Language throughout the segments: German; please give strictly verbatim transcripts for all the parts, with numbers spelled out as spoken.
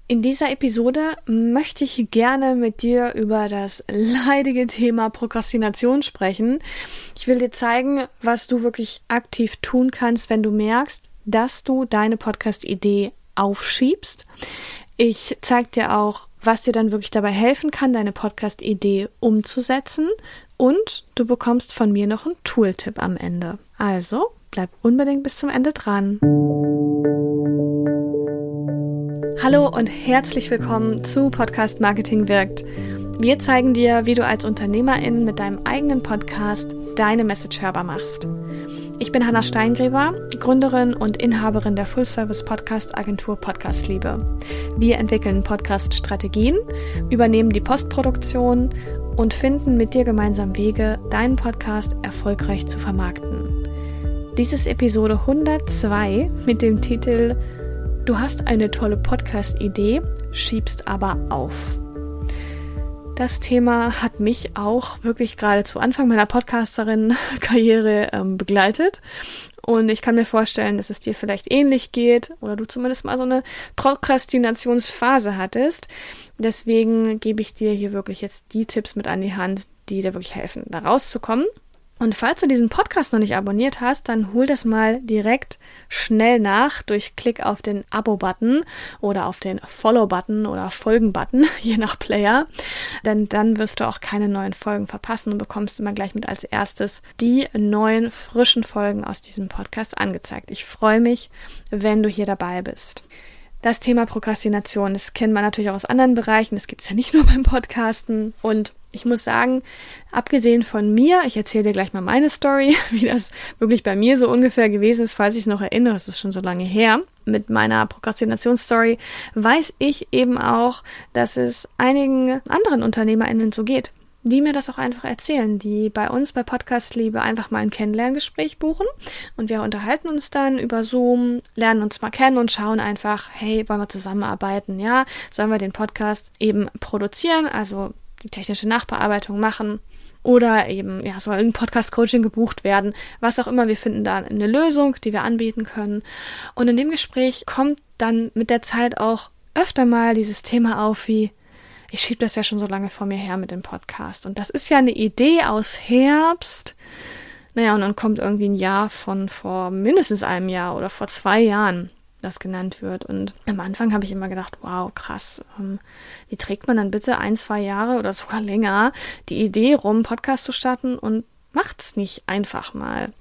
In dieser Episode möchte ich gerne mit dir über das leidige Thema Prokrastination sprechen. Ich will dir zeigen, was du wirklich aktiv tun kannst, wenn du merkst, dass du deine Podcast-Idee aufschiebst. Ich zeige dir auch, was dir dann wirklich dabei helfen kann, deine Podcast-Idee umzusetzen. Und du bekommst von mir noch einen Tooltip am Ende. Also bleib unbedingt bis zum Ende dran. Hallo und herzlich willkommen zu Podcast Marketing wirkt. Wir zeigen dir, wie du als Unternehmerin mit deinem eigenen Podcast deine Message hörbar machst. Ich bin Hanna Steingräber, Gründerin und Inhaberin der Full-Service-Podcast-Agentur Podcastliebe. Wir entwickeln Podcast-Strategien, übernehmen die Postproduktion und finden mit dir gemeinsam Wege, deinen Podcast erfolgreich zu vermarkten. Dies ist Episode hundertzwei mit dem Titel Du hast eine tolle Podcast-Idee, schiebst aber auf. Das Thema hat mich auch wirklich gerade zu Anfang meiner Podcasterin-Karriere ähm, begleitet. Und ich kann mir vorstellen, dass es dir vielleicht ähnlich geht oder du zumindest mal so eine Prokrastinationsphase hattest. Deswegen gebe ich dir hier wirklich jetzt die Tipps mit an die Hand, die dir wirklich helfen, da rauszukommen. Und falls du diesen Podcast noch nicht abonniert hast, dann hol das mal direkt schnell nach durch Klick auf den Abo-Button oder auf den Follow-Button oder Folgen-Button, je nach Player. Denn dann wirst du auch keine neuen Folgen verpassen und bekommst immer gleich mit als erstes die neuen, frischen Folgen aus diesem Podcast angezeigt. Ich freue mich, wenn du hier dabei bist. Das Thema Prokrastination, das kennt man natürlich auch aus anderen Bereichen. Das gibt es ja nicht nur beim Podcasten. Und ich muss sagen, abgesehen von mir, ich erzähle dir gleich mal meine Story, wie das wirklich bei mir so ungefähr gewesen ist, falls ich es noch erinnere, es ist schon so lange her, mit meiner Prokrastinationsstory, weiß ich eben auch, dass es einigen anderen UnternehmerInnen so geht, die mir das auch einfach erzählen, die bei uns bei Podcastliebe einfach mal ein Kennenlerngespräch buchen und wir unterhalten uns dann über Zoom, lernen uns mal kennen und schauen einfach, hey, wollen wir zusammenarbeiten, ja, sollen wir den Podcast eben produzieren, also die technische Nachbearbeitung machen oder eben, ja, soll ein Podcast-Coaching gebucht werden, was auch immer, wir finden da eine Lösung, die wir anbieten können und in dem Gespräch kommt dann mit der Zeit auch öfter mal dieses Thema auf wie, ich schiebe das ja schon so lange vor mir her mit dem Podcast. Und das ist ja eine Idee aus Herbst. Naja, und dann kommt irgendwie ein Jahr von vor mindestens einem Jahr oder vor zwei Jahren, das genannt wird. Und am Anfang habe ich immer gedacht, wow, krass, ähm, wie trägt man dann bitte ein, zwei Jahre oder sogar länger die Idee rum, Podcast zu starten und macht's nicht einfach mal.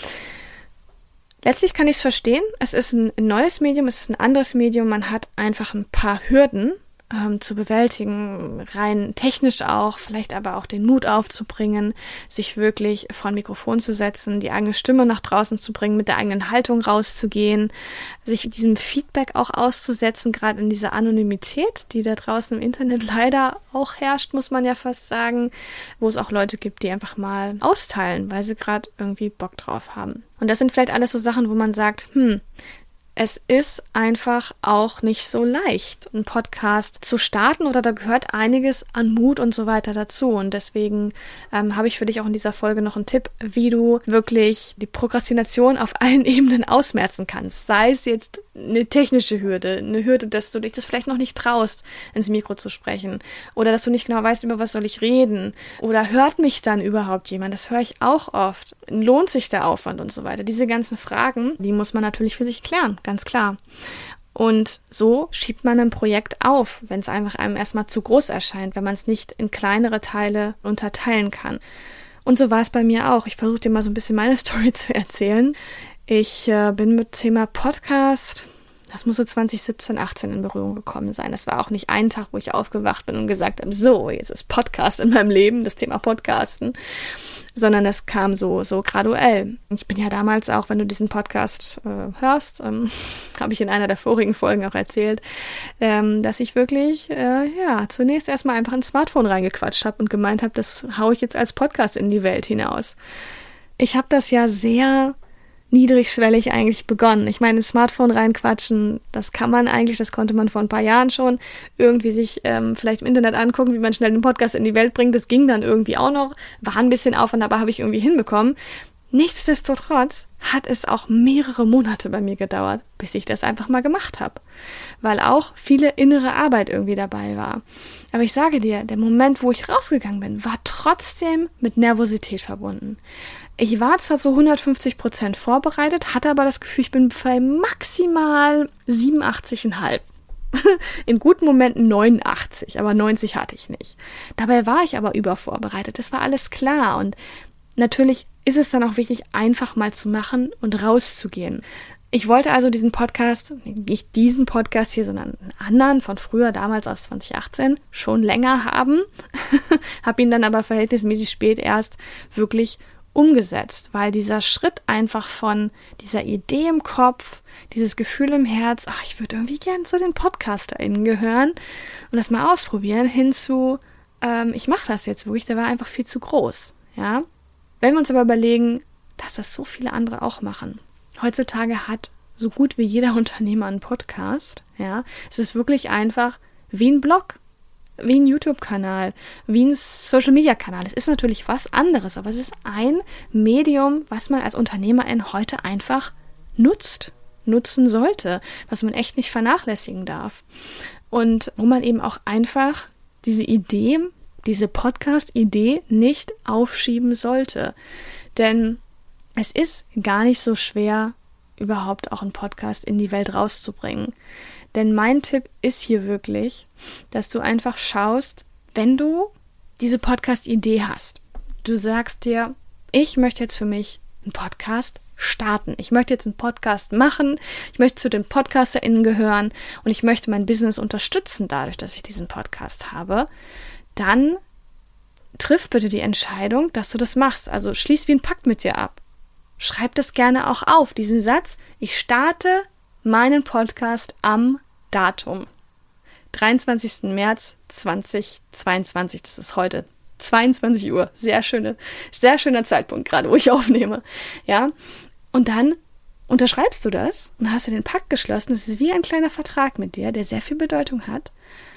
Letztlich kann ich es verstehen. Es ist ein neues Medium, es ist ein anderes Medium. Man hat einfach ein paar Hürden Ähm, zu bewältigen, rein technisch auch, vielleicht aber auch den Mut aufzubringen, sich wirklich vor ein Mikrofon zu setzen, die eigene Stimme nach draußen zu bringen, mit der eigenen Haltung rauszugehen, sich diesem Feedback auch auszusetzen, gerade in dieser Anonymität, die da draußen im Internet leider auch herrscht, muss man ja fast sagen, wo es auch Leute gibt, die einfach mal austeilen, weil sie gerade irgendwie Bock drauf haben. Und das sind vielleicht alles so Sachen, wo man sagt, hm, es ist einfach auch nicht so leicht, einen Podcast zu starten oder da gehört einiges an Mut und so weiter dazu. Und deswegen ähm, habe ich für dich auch in dieser Folge noch einen Tipp, wie du wirklich die Prokrastination auf allen Ebenen ausmerzen kannst. Sei es jetzt eine technische Hürde, eine Hürde, dass du dich das vielleicht noch nicht traust, ins Mikro zu sprechen oder dass du nicht genau weißt, über was soll ich reden oder hört mich dann überhaupt jemand? Das höre ich auch oft. Lohnt sich der Aufwand und so weiter? Diese ganzen Fragen, die muss man natürlich für sich klären. Ganz klar. Und so schiebt man ein Projekt auf, wenn es einfach einem erstmal zu groß erscheint, wenn man es nicht in kleinere Teile unterteilen kann. Und so war es bei mir auch. Ich versuche dir mal so ein bisschen meine Story zu erzählen. Ich äh, bin mit Thema Podcast, das muss so zwanzig siebzehn, achtzehn in Berührung gekommen sein. Das war auch nicht ein Tag, wo ich aufgewacht bin und gesagt habe, so, jetzt ist Podcast in meinem Leben, das Thema Podcasten, sondern das kam so so graduell. Ich bin ja damals auch, wenn du diesen Podcast äh, hörst, ähm, habe ich in einer der vorigen Folgen auch erzählt, ähm, dass ich wirklich äh, ja zunächst erstmal einfach ins Smartphone reingequatscht habe und gemeint habe, das haue ich jetzt als Podcast in die Welt hinaus. Ich habe das ja sehr niedrigschwellig eigentlich begonnen. Ich meine, ins Smartphone reinquatschen, das kann man eigentlich, das konnte man vor ein paar Jahren schon, irgendwie sich ähm, vielleicht im Internet angucken, wie man schnell einen Podcast in die Welt bringt. Das ging dann irgendwie auch noch, war ein bisschen Aufwand, aber habe ich irgendwie hinbekommen. Nichtsdestotrotz hat es auch mehrere Monate bei mir gedauert, bis ich das einfach mal gemacht habe, weil auch viele innere Arbeit irgendwie dabei war. Aber ich sage dir, der Moment, wo ich rausgegangen bin, war trotzdem mit Nervosität verbunden. Ich war zwar zu hundertfünfzig Prozent vorbereitet, hatte aber das Gefühl, ich bin bei maximal siebenundachtzig Komma fünf. In guten Momenten neunundachtzig, aber neunzig hatte ich nicht. Dabei war ich aber übervorbereitet, das war alles klar und natürlich ist es dann auch wichtig, einfach mal zu machen und rauszugehen. Ich wollte also diesen Podcast, nicht diesen Podcast hier, sondern einen anderen von früher, damals aus zwanzig achtzehn, schon länger haben, habe ihn dann aber verhältnismäßig spät erst wirklich umgesetzt, weil dieser Schritt einfach von dieser Idee im Kopf, dieses Gefühl im Herz, ach, ich würde irgendwie gern zu den PodcasterInnen gehören und das mal ausprobieren, hin zu, ähm, ich mache das jetzt wirklich, der war einfach viel zu groß, ja. Wenn wir uns aber überlegen, dass das so viele andere auch machen. Heutzutage hat so gut wie jeder Unternehmer einen Podcast, ja. Es ist wirklich einfach wie ein Blog, wie ein YouTube-Kanal, wie ein Social-Media-Kanal. Es ist natürlich was anderes, aber es ist ein Medium, was man als Unternehmerin heute einfach nutzt, nutzen sollte, was man echt nicht vernachlässigen darf. Und wo man eben auch einfach diese Idee, diese Podcast-Idee nicht aufschieben sollte. Denn es ist gar nicht so schwer, überhaupt auch einen Podcast in die Welt rauszubringen. Denn mein Tipp ist hier wirklich, dass du einfach schaust, wenn du diese Podcast-Idee hast. Du sagst dir, ich möchte jetzt für mich einen Podcast starten. Ich möchte jetzt einen Podcast machen. Ich möchte zu den PodcasterInnen gehören und ich möchte mein Business unterstützen dadurch, dass ich diesen Podcast habe. Dann triff bitte die Entscheidung, dass du das machst. Also schließ wie ein Pakt mit dir ab. Schreib das gerne auch auf, diesen Satz. Ich starte meinen Podcast am Datum. dreiundzwanzigsten März zweitausendzweiundzwanzig, das ist heute. zweiundzwanzig Uhr. Sehr schöne, sehr schöner Zeitpunkt gerade, wo ich aufnehme. Ja. Und dann unterschreibst du das und hast du den Pakt geschlossen. Das ist wie ein kleiner Vertrag mit dir, der sehr viel Bedeutung hat.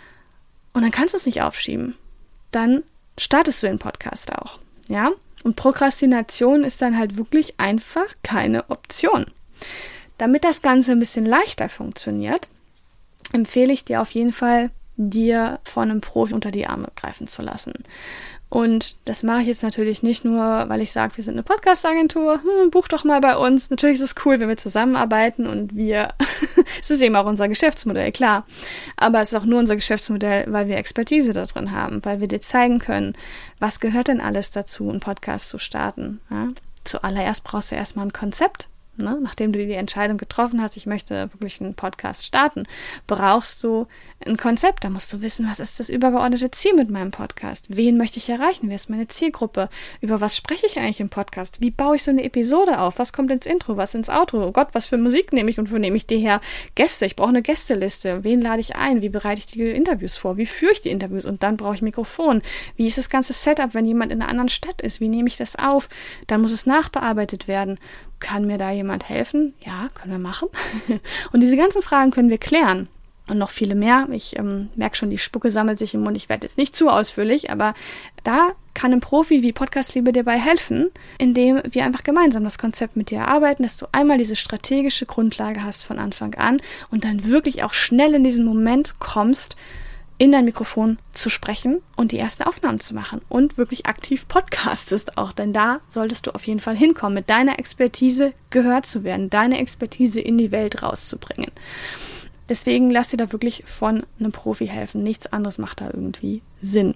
Und dann kannst du es nicht aufschieben. Dann startest du den Podcast auch. Ja. Und Prokrastination ist dann halt wirklich einfach keine Option. Damit das Ganze ein bisschen leichter funktioniert, empfehle ich dir auf jeden Fall, dir von einem Profi unter die Arme greifen zu lassen. Und das mache ich jetzt natürlich nicht nur, weil ich sage, wir sind eine Podcast-Agentur, hm, buch doch mal bei uns. Natürlich ist es cool, wenn wir zusammenarbeiten und wir, es ist eben auch unser Geschäftsmodell, klar. Aber es ist auch nur unser Geschäftsmodell, weil wir Expertise da drin haben, weil wir dir zeigen können, was gehört denn alles dazu, einen Podcast zu starten. Ja? Zuallererst brauchst du erstmal ein Konzept. Ne? Nachdem du die Entscheidung getroffen hast, ich möchte wirklich einen Podcast starten, brauchst du ein Konzept. Da musst du wissen, was ist das übergeordnete Ziel mit meinem Podcast? Wen möchte ich erreichen? Wer ist meine Zielgruppe? Über was spreche ich eigentlich im Podcast? Wie baue ich so eine Episode auf? Was kommt ins Intro? Was ins Outro? Oh Gott, was für Musik nehme ich und wo nehme ich die her? Gäste, ich brauche eine Gästeliste. Wen lade ich ein? Wie bereite ich die Interviews vor? Wie führe ich die Interviews? Und dann brauche ich Mikrofon. Wie ist das ganze Setup, wenn jemand in einer anderen Stadt ist? Wie nehme ich das auf? Dann muss es nachbearbeitet werden. Kann mir da jemand helfen? Ja, können wir machen. Und diese ganzen Fragen können wir klären. Und noch viele mehr. Ich ähm, merke schon, die Spucke sammelt sich im Mund. Ich werde jetzt nicht zu ausführlich, aber da kann ein Profi wie Podcast Liebe dir dabei helfen, indem wir einfach gemeinsam das Konzept mit dir erarbeiten, dass du einmal diese strategische Grundlage hast von Anfang an und dann wirklich auch schnell in diesen Moment kommst, in dein Mikrofon zu sprechen und die ersten Aufnahmen zu machen und wirklich aktiv podcastest auch, denn da solltest du auf jeden Fall hinkommen, mit deiner Expertise gehört zu werden, deine Expertise in die Welt rauszubringen. Deswegen lass dir da wirklich von einem Profi helfen, nichts anderes macht da irgendwie Sinn.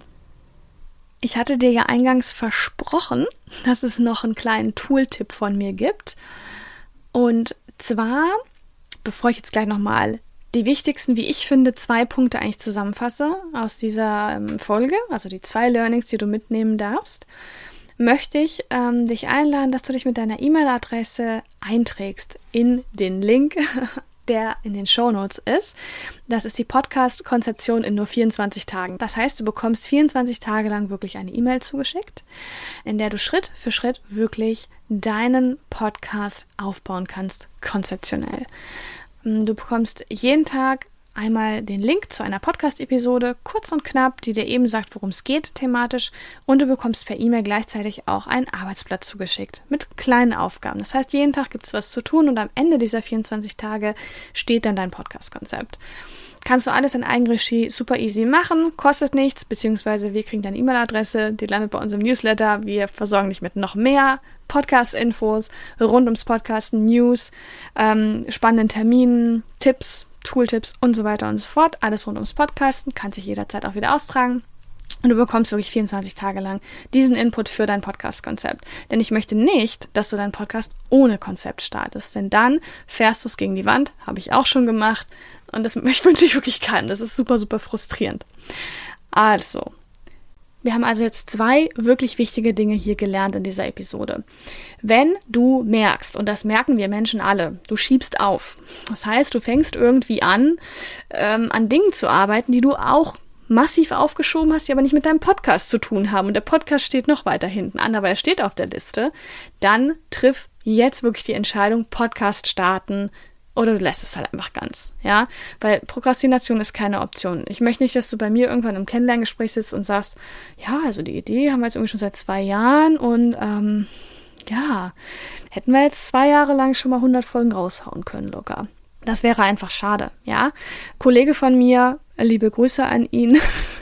Ich hatte dir ja eingangs versprochen, dass es noch einen kleinen Tooltip von mir gibt und zwar, bevor ich jetzt gleich nochmal die wichtigsten, wie ich finde, zwei Punkte eigentlich zusammenfasse aus dieser ähm, Folge, also die zwei Learnings, die du mitnehmen darfst, möchte ich ähm, dich einladen, dass du dich mit deiner E-Mail-Adresse einträgst in den Link, der in den Shownotes ist. Das ist die Podcast-Konzeption in nur vierundzwanzig Tagen. Das heißt, du bekommst vierundzwanzig Tage lang wirklich eine E-Mail zugeschickt, in der du Schritt für Schritt wirklich deinen Podcast aufbauen kannst, konzeptionell. Du bekommst jeden Tag einmal den Link zu einer Podcast-Episode, kurz und knapp, die dir eben sagt, worum es geht thematisch, und du bekommst per E-Mail gleichzeitig auch ein Arbeitsblatt zugeschickt mit kleinen Aufgaben. Das heißt, jeden Tag gibt es was zu tun und am Ende dieser vierundzwanzig Tage steht dann dein Podcast-Konzept. Kannst du alles in Eigenregie super easy machen, kostet nichts, beziehungsweise wir kriegen deine E-Mail-Adresse, die landet bei uns im Newsletter. Wir versorgen dich mit noch mehr Podcast-Infos rund ums Podcasten, News, ähm, spannenden Terminen, Tipps, Tooltips und so weiter und so fort. Alles rund ums Podcasten, kannst dich jederzeit auch wieder austragen. Und du bekommst wirklich vierundzwanzig Tage lang diesen Input für dein Podcast-Konzept. Denn ich möchte nicht, dass du deinen Podcast ohne Konzept startest. Denn dann fährst du es gegen die Wand, habe ich auch schon gemacht. Und das möchte man natürlich wirklich keinen. Das ist super, super frustrierend. Also, wir haben also jetzt zwei wirklich wichtige Dinge hier gelernt in dieser Episode. Wenn du merkst, und das merken wir Menschen alle, du schiebst auf. Das heißt, du fängst irgendwie an, ähm, an Dingen zu arbeiten, die du auch massiv aufgeschoben hast, die aber nicht mit deinem Podcast zu tun haben. Und der Podcast steht noch weiter hinten an, aber er steht auf der Liste. Dann triff jetzt wirklich die Entscheidung, Podcast starten, oder du lässt es halt einfach ganz, ja, weil Prokrastination ist keine Option. Ich möchte nicht, dass du bei mir irgendwann im Kennenlerngespräch sitzt und sagst, ja, also die Idee haben wir jetzt irgendwie schon seit zwei Jahren und ähm, ja, hätten wir jetzt zwei Jahre lang schon mal hundert Folgen raushauen können, locker. Das wäre einfach schade, ja. Kollege von mir, liebe Grüße an ihn,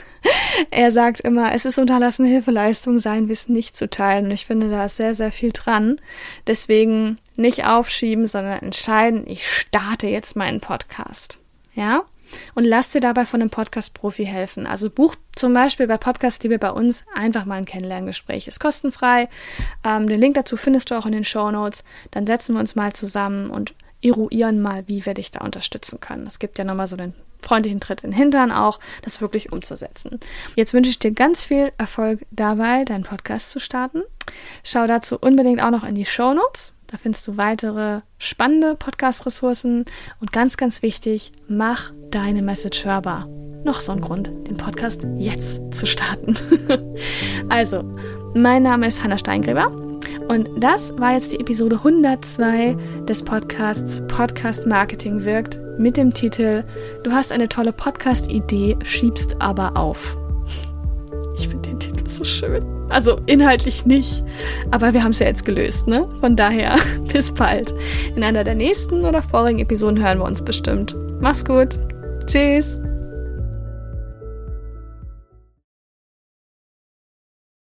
er sagt immer, es ist unterlassene Hilfeleistung, sein Wissen nicht zu teilen. Und ich finde, da ist sehr, sehr viel dran. Deswegen nicht aufschieben, sondern entscheiden, ich starte jetzt meinen Podcast. Ja? Und lass dir dabei von einem Podcast-Profi helfen. Also buch zum Beispiel bei Podcast-Liebe bei uns einfach mal ein Kennenlerngespräch. Ist kostenfrei. Ähm, den Link dazu findest du auch in den Shownotes. Dann setzen wir uns mal zusammen und eruieren mal, wie wir dich da unterstützen können. Es gibt ja nochmal so den freundlichen Tritt in den Hintern auch, das wirklich umzusetzen. Jetzt wünsche ich dir ganz viel Erfolg dabei, deinen Podcast zu starten. Schau dazu unbedingt auch noch in die Shownotes. Da findest du weitere spannende Podcast-Ressourcen. Und ganz, ganz wichtig, mach deine Message hörbar. Noch so ein Grund, den Podcast jetzt zu starten. Also, mein Name ist Hanna Steingräber. Und das war jetzt die Episode hundertzwei des Podcasts Podcast Marketing wirkt mit dem Titel Du hast eine tolle Podcast-Idee, schiebst aber auf. Ich finde den Titel so schön. Also inhaltlich nicht, aber wir haben es ja jetzt gelöst, ne? Von daher, bis bald. In einer der nächsten oder vorigen Episoden hören wir uns bestimmt. Mach's gut. Tschüss.